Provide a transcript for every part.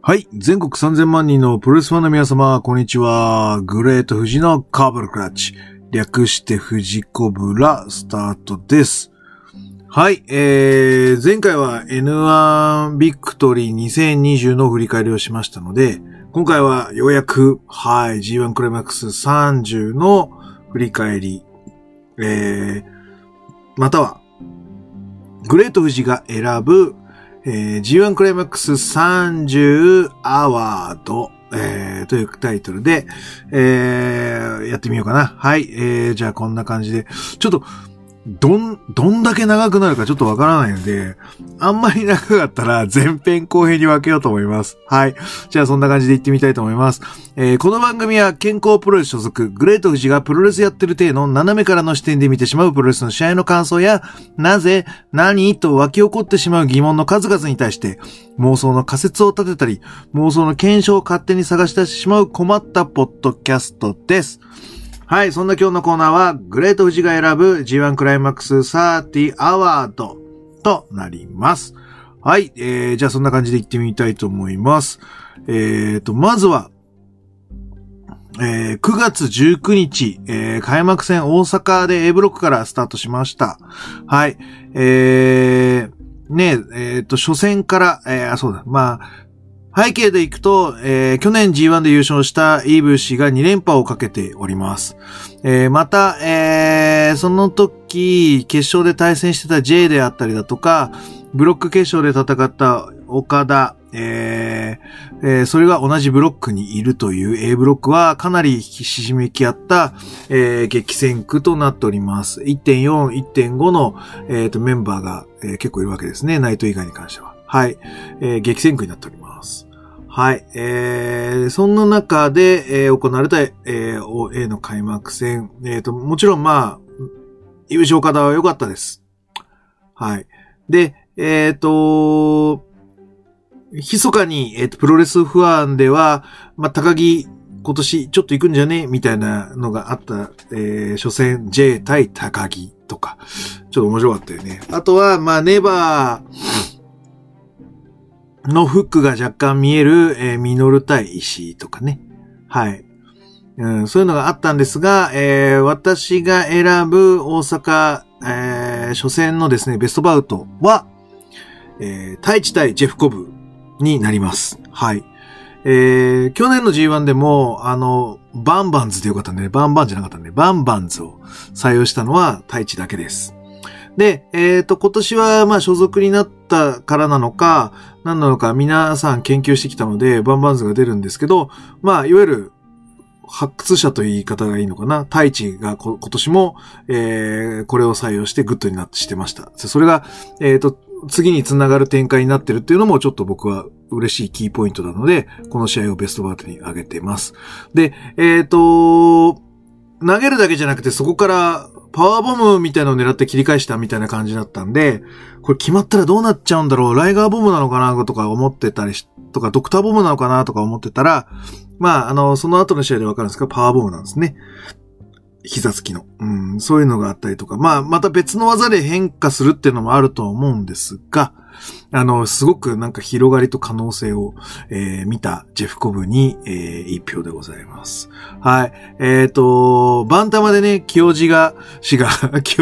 はい。全国3000万人のプロレスファンの皆様、こんにちは。グレート富士のカーブルクラッチ。略して富士コブラスタートです。はい。前回は N1 ビクトリー2020の振り返りをしましたので、今回はようやく、はい、G1 クライマックス30の振り返り、または、グレート富士が選ぶ、G1 クライマックス30アワード、というタイトルで、やってみようかな。はい。じゃあこんな感じで、ちょっと、どんだけ長くなるかちょっとわからないので、あんまり長かったら前編後編に分けようと思います。はい。じゃあそんな感じで行ってみたいと思います。この番組は健康プロレス所属、グレート富士がプロレスやってる体の斜めからの視点で見てしまうプロレスの試合の感想や、なぜ、何と湧き起こってしまう疑問の数々に対して、妄想の仮説を立てたり、妄想の検証を勝手に探し出してしまう困ったポッドキャストです。はい、そんな今日のコーナーは、グレート富士が選ぶ G1 クライマックス30アワードとなります。はい、じゃあそんな感じで行ってみたいと思います。まずは、9月19日、開幕戦大阪で A ブロックからスタートしました。はい、初戦から、そうだ、まあ、背景でいくと、去年 G1 で優勝したイーブ氏が2連覇をかけております。また、その時、決勝で対戦してた J であったりだとか、ブロック決勝で戦った岡田、それが同じブロックにいるという A ブロックはかなりひしめき合った、激戦区となっております。1.4、1.5 の、メンバーが、結構いるわけですね。ナイト以外に関しては。はい。激戦区になっております。はい。そんな中で、行われた、OA の開幕戦。もちろんまあ、優勝岡田は良かったです。はい。で、密かに、プロレスファンでは、まあ、高木、今年ちょっと行くんじゃねみたいなのがあった、初戦 J 対高木とか、ちょっと面白かったよね。あとは、まあ、ネバー、のフックが若干見える、ミノル対石井とかね。はい。そういうのがあったんですが、私が選ぶ大阪、初戦のですね、ベストバウトは、太一対ジェフコブになります。はい。去年の G1 でも、バンバンズでよかったんでね、バンバンじゃなかったんで、バンバンズを採用したのは太一だけです。で、今年は、まあ、所属になったからなのか、何なのか、皆さん研究してきたので、バンバンズが出るんですけど、まあ、いわゆる、発掘者という言い方がいいのかな。太一が今年も、これを採用してグッドになってしてました。それが、次につながる展開になってるっていうのもちょっと僕は嬉しいキーポイントなので、この試合をベストバウトに上げてます。で、投げるだけじゃなくてそこからパワーボムみたいなのを狙って切り返したみたいな感じだったんで、これ決まったらどうなっちゃうんだろう、ライガーボムなのかなとか思ってたりとか、ドクターボムなのかなとか思ってたら、まあ、その後の試合でわかるんですか、パワーボムなんですね。膝つきの。そういうのがあったりとか、まあ、また別の技で変化するっていうのもあるとは思うんですが、すごくなんか広がりと可能性を、見たジェフコブに、一票でございます。はい。バンタマでね、清治氏が、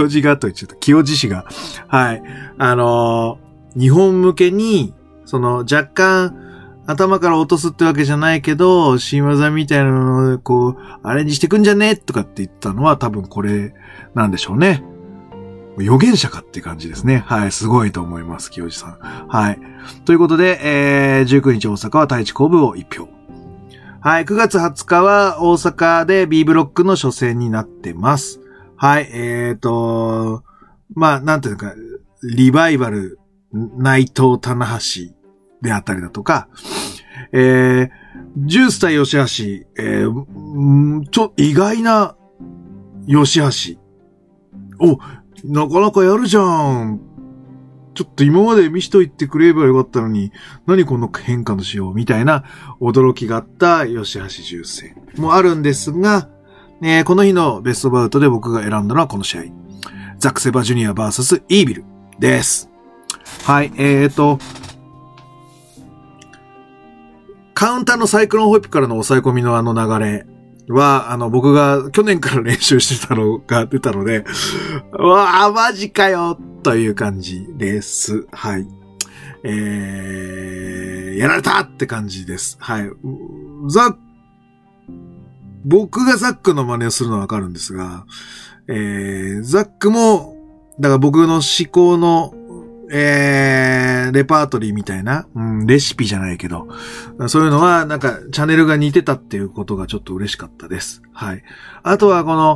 はい。日本向けに、若干、頭から落とすってわけじゃないけど、新技みたいなのをこう、アレンジしてくんじゃねとかって言ったのは多分これなんでしょうね。預言者かっていう感じですね。はい、すごいと思います、清治さん。はい。ということで、19日大阪は太一コブを1票。はい、9月20日は大阪で B ブロックの初戦になってます。はい、まあ、なんていうか、リバイバル、内藤棚橋であったりだとか、ジュース対吉橋、意外な吉橋。なかなかやるじゃん。ちょっと今まで見しといてくれればよかったのに、何この変化のしようみたいな驚きがあった吉橋重戦もあるんですが、この日のベストバウトで僕が選んだのはこの試合。ザック・セバジュニア vs イービルです。はい、 カウンターのサイクロンホイップからの抑え込みの流れは、僕が去年から練習してたのが出たので、うわあ、マジかよという感じです。はい。やられたって感じです。はい。僕がザックの真似をするのはわかるんですが、ザックも、だから僕の思考の、レパートリーみたいな、レシピじゃないけど、そういうのは、なんか、チャンネルが似てたっていうことがちょっと嬉しかったです。はい。あとは、この、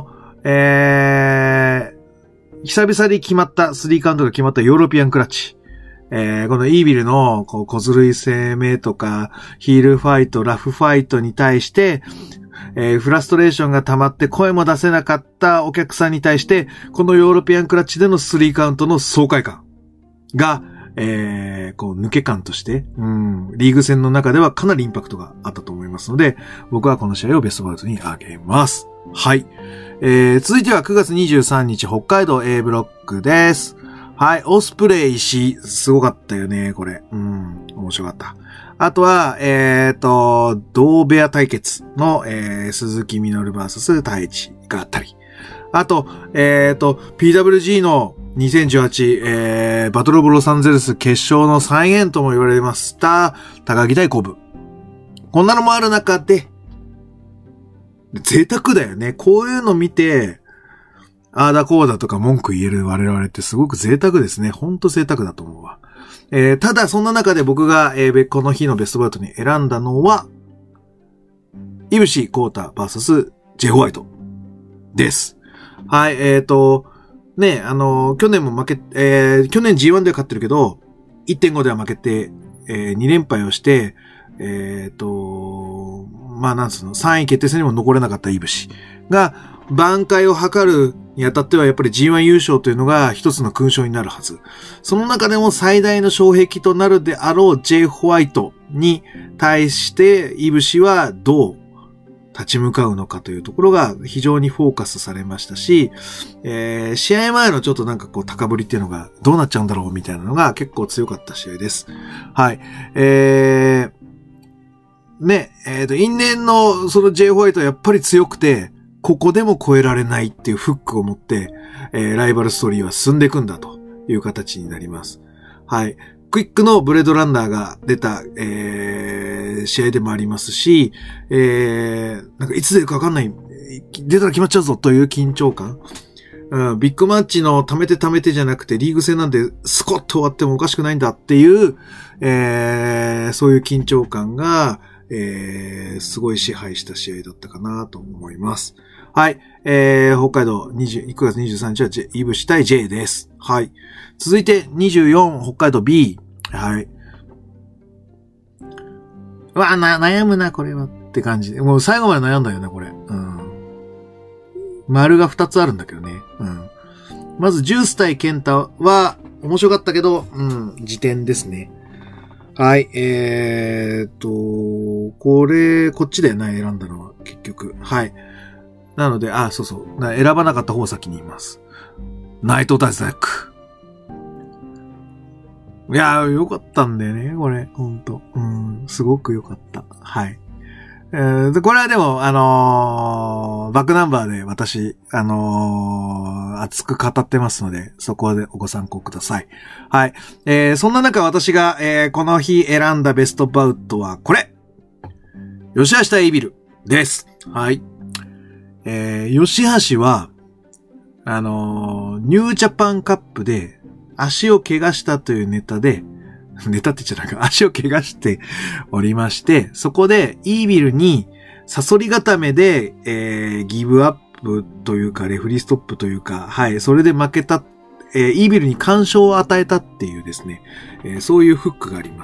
久々に決まった、3カウントが決まったヨーロピアンクラッチ。このイービルの、小ずるい攻めとか、ヒールファイト、ラフファイトに対して、フラストレーションが溜まって声も出せなかったお客さんに対して、このヨーロピアンクラッチでの3カウントの爽快感が、抜け感として、リーグ戦の中ではかなりインパクトがあったと思いますので、僕はこの試合をベストバウトに挙げます。はい。続いては9月23日北海道 A ブロックです。はい。オスプレイ石、すごかったよね、これ。面白かった。あとは、同ベア対決の、鈴木みのる VS 太一があったり。あと、PWG の2018、バトルオブロサンゼルス決勝の再現とも言われました、高木対コブ。こんなのもある中で、贅沢だよね。こういうの見て、あーだこうだとか文句言える我々ってすごく贅沢ですね。ほんと贅沢だと思うわ。ただそんな中で僕が、この日のベストバウトに選んだのは、イブシ・コータ VS ジェホワイトです。はい、去年も去年 G1 では勝ってるけど、1.5 では負けて、2連敗をして、3位決定戦にも残れなかったイブシが、挽回を図るにあたってはやっぱり G1 優勝というのが一つの勲章になるはず。その中でも最大の障壁となるであろう J ホワイトに対してイブシはどう立ち向かうのかというところが非常にフォーカスされましたし、試合前のちょっとなんか高ぶりっていうのがどうなっちゃうんだろうみたいなのが結構強かった試合です。はい。因縁のその J ホワイトはやっぱり強くて、ここでも超えられないっていうフックを持って、ライバルストーリーは進んでいくんだという形になります。はい。クイックのブレードランナーが出た、試合でもありますし、なんかいつ出るかわかんない、出たら決まっちゃうぞという緊張感。ビッグマッチの貯めてじゃなくてリーグ戦なんでスコッと終わってもおかしくないんだっていう、そういう緊張感が、すごい支配した試合だったかなと思います。はい。北海道9月23日はイブシ対 J です。はい。続いて24北海道 B。はい。悩むな、これはって感じで。もう最後まで悩んだよね、これ。丸が2つあるんだけどね。まずジュース対ケンタは面白かったけど、時点ですね。はい。こっちだよな、選んだのは、結局。はい。なので、選ばなかった方を先に言います。ナイト対ザック。いやー、よかったんだよね、これ。ほんと。すごくよかった。はい。これはでも、バックナンバーで私、熱く語ってますので、そこでご参考ください。はい。そんな中私が、この日選んだベストバウトはこれ！吉橋対イービルです。はい。吉橋は、ニュージャパンカップで足を怪我したというネタで、ネタって言っちゃなんか足を怪我しておりまして、そこでイービルにサソリ固めで、ギブアップというかレフリーストップというか、はい、それで負けた、イービルに干渉を与えたっていうですね、そういうフックがあります。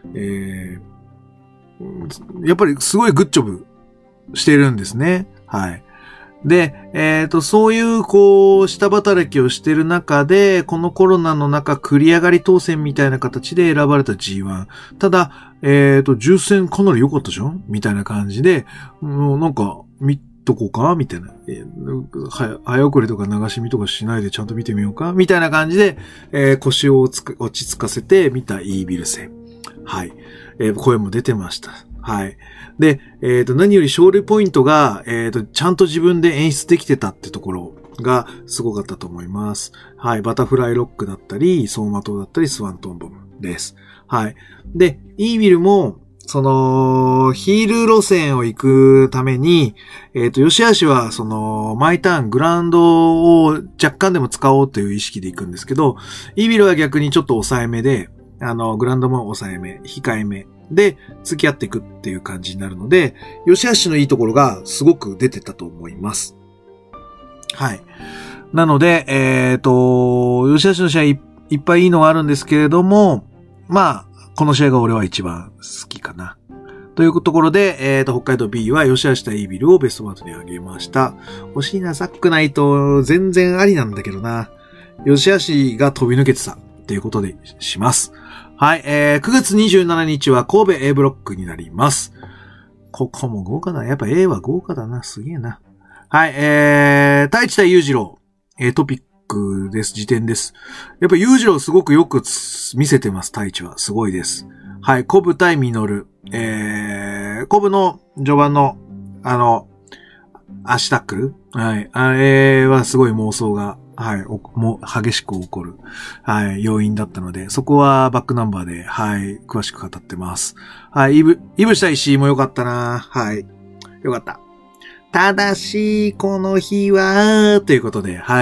やっぱりすごいグッジョブしてるんですね。はい。で、そういう、下働きをしてる中で、このコロナの中、繰り上がり当選みたいな形で選ばれた G1。ただ、重戦かなり良かったじゃんみたいな感じで、もうなんか、見とこうかみたいな。早送りとか流し見とかしないでちゃんと見てみようかみたいな感じで、腰を落ち着かせて見たイービル戦。はい。声も出てました。 はい。で、何より勝利ポイントが、ちゃんと自分で演出できてたってところがすごかったと思います。はい。バタフライロックだったり、走馬灯だったり、スワントンボムです。はい。で、イービルも、ヒール路線を行くために、吉橋は、毎ターングラウンドを若干でも使おうという意識で行くんですけど、イービルは逆にちょっと抑えめで、グラウンドも抑えめ、控えめで付き合っていくっていう感じになるので、吉橋のいいところがすごく出てたと思います。はい。なので、吉橋の試合いっぱいいいのがあるんですけれども、まあ、この試合が俺は一番好きかな。というところで、北海道 B は吉橋対イービルをベストバウトに上げました。惜しいな、ザックないと全然ありなんだけどな。吉橋が飛び抜けてたっていうことでします。はい、9月27日は神戸 A ブロックになります。ここも豪華だ。やっぱ A は豪華だな。すげえな。はい、太一対裕次郎、トピックです。時点です。やっぱ裕次郎すごくよく見せてます。太一は。すごいです。はい、コブ対ミノル。コブの序盤の、足タックル？はい。あれはすごい妄想が、はい、もう激しく起こる、はい、要因だったので、そこはバックナンバーで、はい、詳しく語ってます。はい、イブした石井も良かったな。はい。良かった。ただし、この日は、ということで、はい、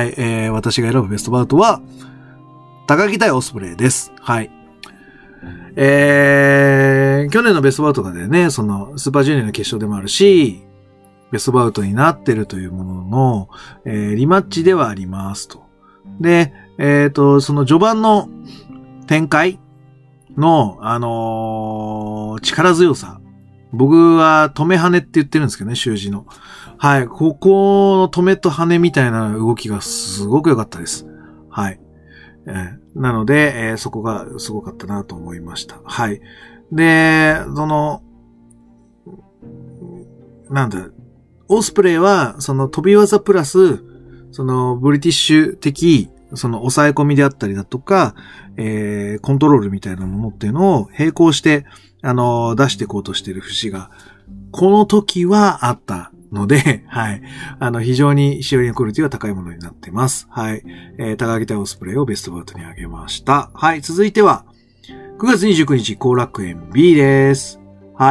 私が選ぶベストバウトは、高木対オスプレイです。はい。去年のベストバウトがね、スーパージュニアの決勝でもあるし、ベストバウトになってるというものの、リマッチではありますと。で、その序盤の展開の、力強さ。僕は止め跳ねって言ってるんですけどね、習字の。はい。ここの止めと跳ねみたいな動きがすごく良かったです。はい。なので、そこがすごかったなと思いました。はい。で、なんだ、オスプレイは、飛び技プラス、ブリティッシュ的、抑え込みであったりだとか、コントロールみたいなものっていうのを並行して、出していこうとしている節が、この時はあったので、はい。非常にシオリンクオリティは高いものになっています。はい。高木対オスプレイをベストバウトに上げました。はい。続いては、9月29日、後楽園 B です。はい。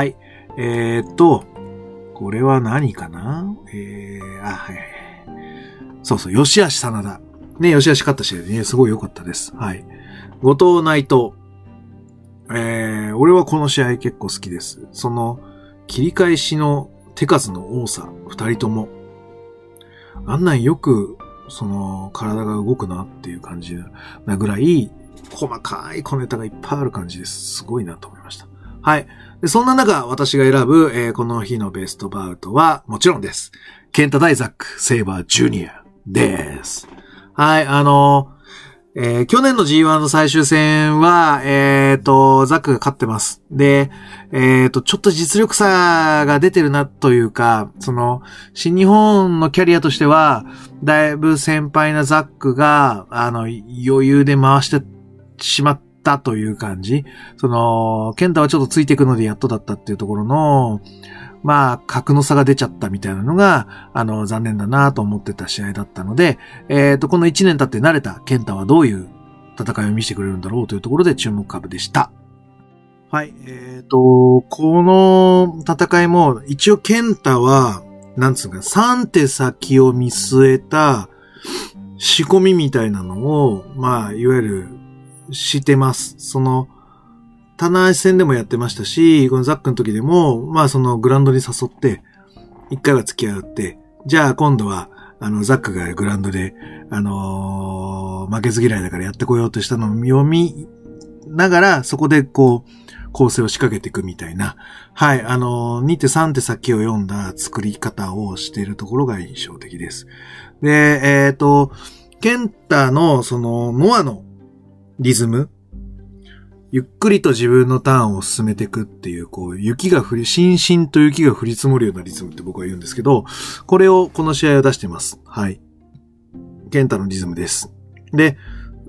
これは何かなはい。そうそう、吉橋真田。ね、吉橋勝った試合でね、すごい良かったです。はい。後藤内藤。俺はこの試合結構好きです。切り返しの手数の多さ、二人とも。あんなんよく、体が動くなっていう感じなぐらい、細かい小ネタがいっぱいある感じです。すごいなと思いました。はい。でそんな中、私が選ぶ、この日のベストバウトは、もちろんです。ケンタ対ザック・セイバージュニアです。はい、去年の G1 の最終戦は、ザックが勝ってます。で、ちょっと実力差が出てるなというか、新日本のキャリアとしては、だいぶ先輩なザックが、余裕で回してしまったという感じ。ケンタはちょっとついていくのでやっとだったっていうところの、まあ、格の差が出ちゃったみたいなのが、残念だなと思ってた試合だったので、この1年経って慣れたケンタはどういう戦いを見せてくれるんだろうというところで注目株でした。はい。この戦いも、一応ケンタは、なんつうか、3手先を見据えた仕込みみたいなのを、まあ、いわゆる、してます。棚橋戦でもやってましたし、このザックの時でも、まあグラウンドに誘って、一回は付き合って、じゃあ今度は、ザックがグラウンドで、負けず嫌いだからやってこようとしたのを読みながら、そこで構成を仕掛けていくみたいな、はい、2手3手先を読んだ作り方をしているところが印象的です。で、ケンタのノアのリズム、ゆっくりと自分のターンを進めていくっていう、しんしんと雪が降り積もるようなリズムって僕は言うんですけど、これをこの試合は出してます。はい。ケンタのリズムです。で、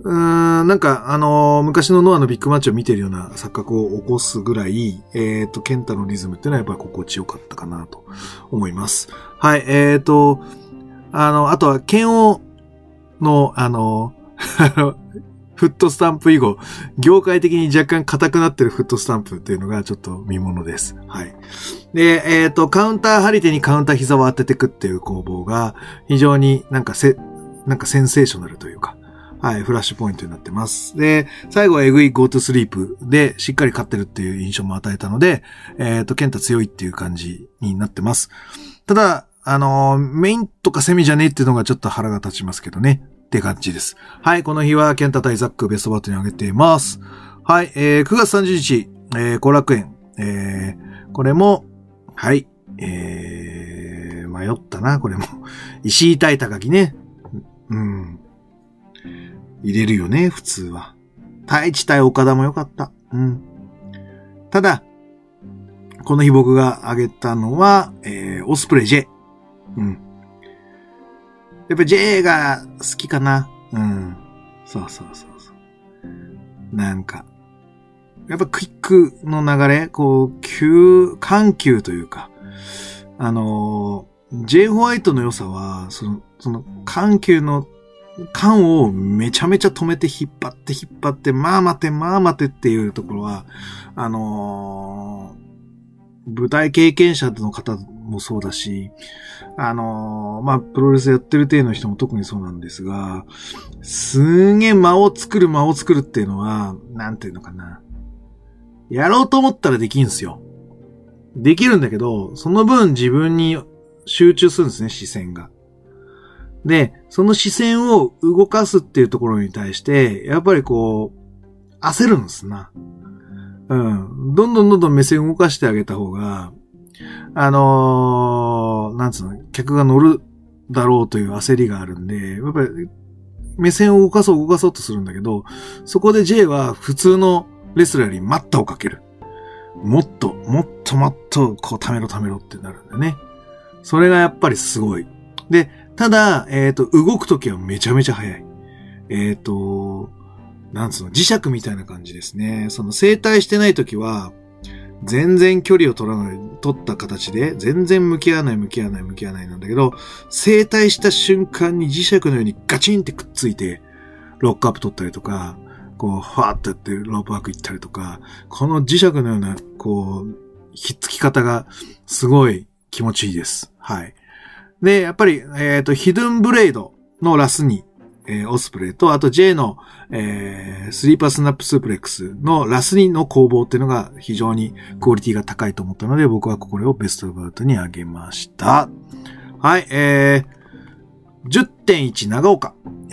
なんか、昔のノアのビッグマッチを見てるような錯覚を起こすぐらい、ケンタのリズムっていうのはやっぱり心地よかったかなと思います。はい、あとは、ケンオの、フットスタンプ以後、業界的に若干硬くなってるフットスタンプっていうのがちょっと見ものです。はい。で、カウンター張り手にカウンター膝を当ててくっていう攻防が、非常になんかセンセーショナルというか、はい、フラッシュポイントになってます。で、最後はエグい Go to Sleep でしっかり勝ってるっていう印象も与えたので、ケンタ強いっていう感じになってます。ただ、メインとかセミじゃねえっていうのがちょっと腹が立ちますけどね。って感じです。はい、この日はケンタ対ザックベストバウトに上げています。はい、9月30日、後楽園。これも、はい、迷ったな、これも。石井対高木ね。入れるよね、普通は。太一対岡田も良かった。ただ、この日僕が挙げたのは、オスプレイ J。やっぱ J が好きかな。そう。なんか、やっぱクイックの流れ、こう、緩急というか、J ホワイトの良さは、その緩急の感をめちゃめちゃ止めて引っ張って、まあ待てっていうところは、舞台経験者の方もそうだし、プロレスやってる体の人も特にそうなんですが、すんげえ間を作るっていうのは、なんていうのかな。やろうと思ったらできんすよ。できるんだけど、その分自分に集中するんですね、視線が。で、その視線を動かすっていうところに対して、やっぱりこう、焦るんですな。どんどん目線を動かしてあげた方が、なんつうの、客が乗るだろうという焦りがあるんで、やっぱり目線を動かそうとするんだけど、そこで J は普通のレスラーより待ったをかける。もっと、こう、ためろってなるんだよね。それがやっぱりすごい。で、ただ、動くときはめちゃめちゃ速い。なんつうの、磁石みたいな感じですね。その正対してないときは、全然距離を取った形で、全然向き合わないなんだけど、正対した瞬間に磁石のようにガチンってくっついて、ロックアップ取ったりとか、こう、ファーってやってロープワーク行ったりとか、この磁石のような、こう、ひっつき方がすごい気持ちいいです。はい。で、やっぱり、ヒドゥンブレイドのラスに、オスプレイと、あと J の、スリーパースナップスープレックスのラス2の攻防っていうのが非常にクオリティが高いと思ったので、僕はこれをベストバウトに上げました。はい、10.1 長岡。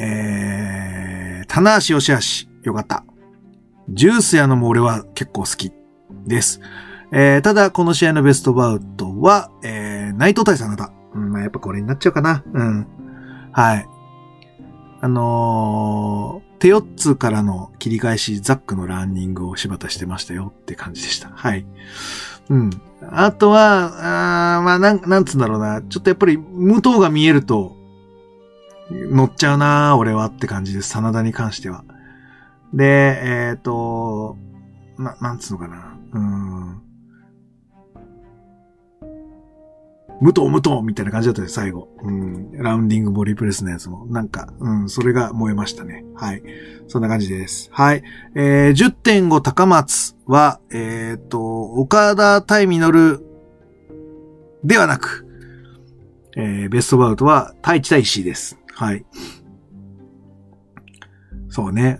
棚橋義橋。よかった。ジュース屋のも俺は結構好きです。ただ、この試合のベストバウトは、内藤対真田。やっぱこれになっちゃうかな。はい。手4つからの切り返し、ザックのランニングを柴田してましたよって感じでした。はい。あとは、なんつうんだろうな。ちょっとやっぱり、武藤が見えると、乗っちゃうな俺はって感じです。真田に関しては。で、なんつうのかな。武藤みたいな感じだったね、最後。ラウンディングボディプレスのやつも。なんか、それが燃えましたね。はい。そんな感じです。はい。10.5 高松は、岡田対ミノルではなく、ベストバウトは太一対石井です。はい。そうね。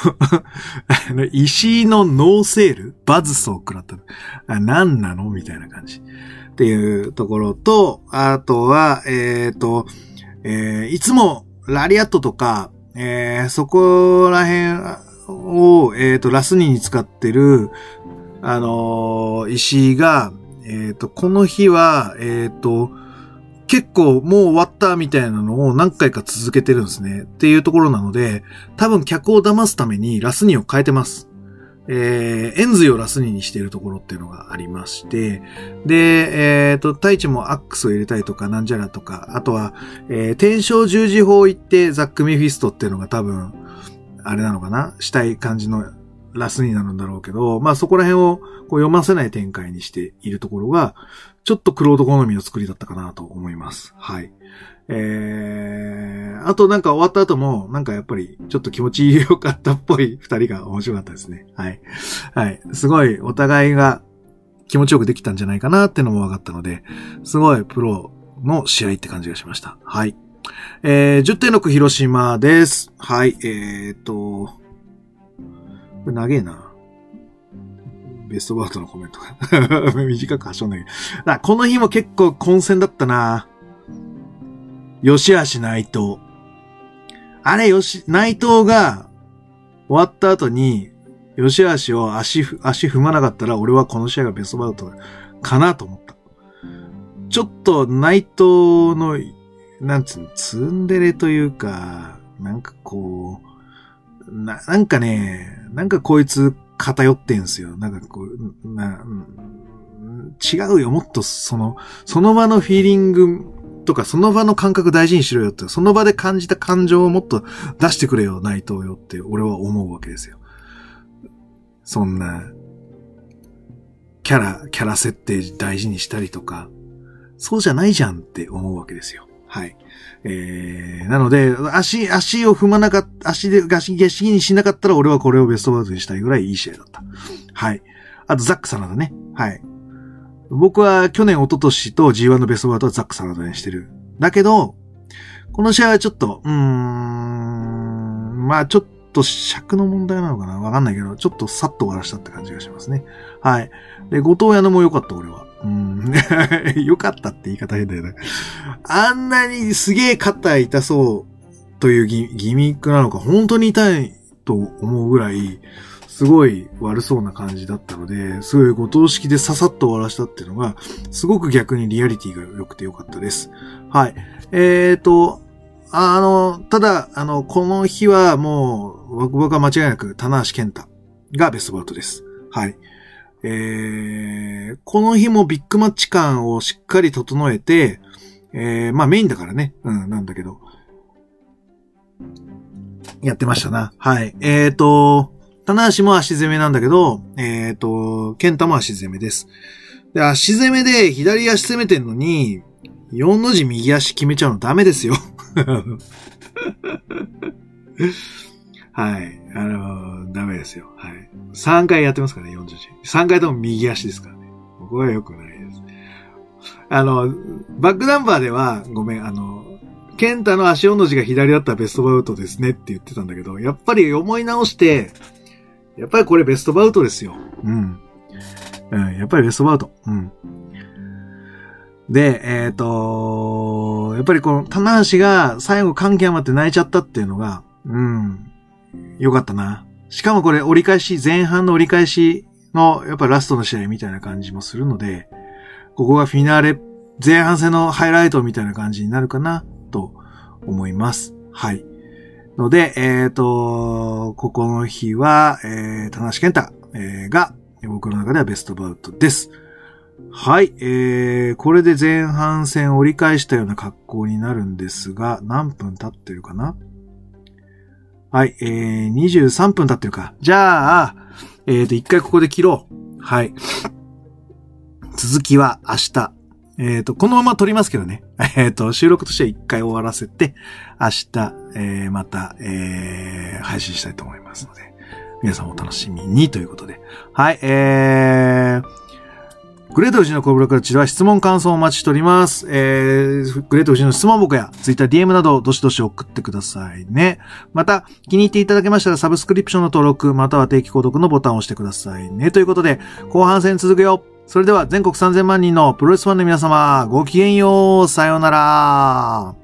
石井のノーセールバズスを食らった。何なのみたいな感じ。っていうところと、あとは、いつもラリアットとか、そこら辺を、ラスニーに使ってる、石井が、この日は、結構もう終わったみたいなのを何回か続けてるんですね。っていうところなので、多分客を騙すためにラスニーを変えてます。エンズイをラスニーにしているところっていうのがありまして、で、太一もアックスを入れたりとかなんじゃらとか、あとは、天正十字砲行ってザック・メフィストっていうのが多分、 あれなのかなしたい感じのラスになるんだろうけど、まあそこら辺をこう読ませない展開にしているところが、ちょっとクロード好みの作りだったかなと思います。はい。あとなんか終わった後も、なんかやっぱりちょっと気持ちよかったっぽい二人が面白かったですね。はい。はい。すごいお互いが気持ちよくできたんじゃないかなってのも分かったので、すごいプロの試合って感じがしました。はい。10.6 広島です。はい。これ長えな。ベストバウトのコメントが短く走んないけど。この日も結構混戦だったな。吉橋内藤。あれ、内藤が終わった後に、吉橋を足踏まなかったら、俺はこの試合がベストバウトかなと思った。ちょっと内藤の、なんつうの、ツンデレというか、なんかこう、なんかね、なんかこいつ偏ってんすよ。なんかこう、違うよ、もっとその場のフィーリングとか、その場の感覚大事にしろよって、その場で感じた感情をもっと出してくれよ、内藤よって、俺は思うわけですよ。そんな、キャラ設定大事にしたりとか、そうじゃないじゃんって思うわけですよ。はい。なので、足を踏まなかった、足でガシにしなかったら俺はこれをベストバウトにしたいぐらいいい試合だった。はい。あとザック・サナダね。はい。僕は去年、一昨年と G1 のベストバウトはザック・サナダにしてる。だけど、この試合はちょっと、まあちょっと尺の問題なのかなわかんないけど、ちょっとさっと終わらしたって感じがしますね。はい。で、後藤矢野も良かった、俺は。良かったって言い方変だよね。あんなにすげえ肩痛そうというギミックなのか、本当に痛いと思うぐらい、すごい悪そうな感じだったので、すごい後藤式でささっと終わらしたっていうのが、すごく逆にリアリティが良くて良かったです。はい。ただ、この日はもう、僕は間違いなく、棚橋健太がベストバウトです。はい。この日もビッグマッチ感をしっかり整えて、まあメインだからね、なんだけど、やってましたな。はい。棚橋も足攻めなんだけど、健太も足攻めです。で、足攻めで左足攻めてんのに、4の字右足決めちゃうのダメですよ。はい。ダメですよ。はい。3回やってますからね、40字。3回とも右足ですからね。僕は良くないです。バックナンバーでは、ごめん、ケンタの足4の字が左だったらベストバウトですねって言ってたんだけど、やっぱり思い直して、やっぱりこれベストバウトですよ。やっぱりベストバウト。で、やっぱりこの、棚橋が最後感極まって泣いちゃったっていうのが、よかったな。しかもこれ前半の折り返しの、やっぱラストの試合みたいな感じもするので、ここがフィナーレ、前半戦のハイライトみたいな感じになるかな、と思います。はい。ので、ここの日は、棚橋健太、が、僕の中ではベストバウトです。はい。これで前半戦折り返したような格好になるんですが、何分経ってるかな？はい。23分経ってるか。じゃあ、一回ここで切ろう。はい。続きは明日。このまま撮りますけどね。収録としては一回終わらせて、明日、また、配信したいと思いますので、皆さんお楽しみにということで。はい。グレート富士のコブラクラッチでは質問感想をお待ちしております。グレート富士の質問僕や Twitter DM などどしどし送ってくださいね。また気に入っていただけましたらサブスクリプションの登録または定期購読のボタンを押してくださいね。ということで後半戦続くよ。それでは全国3000万人のプロレスファンの皆様ごきげんよう。さようなら。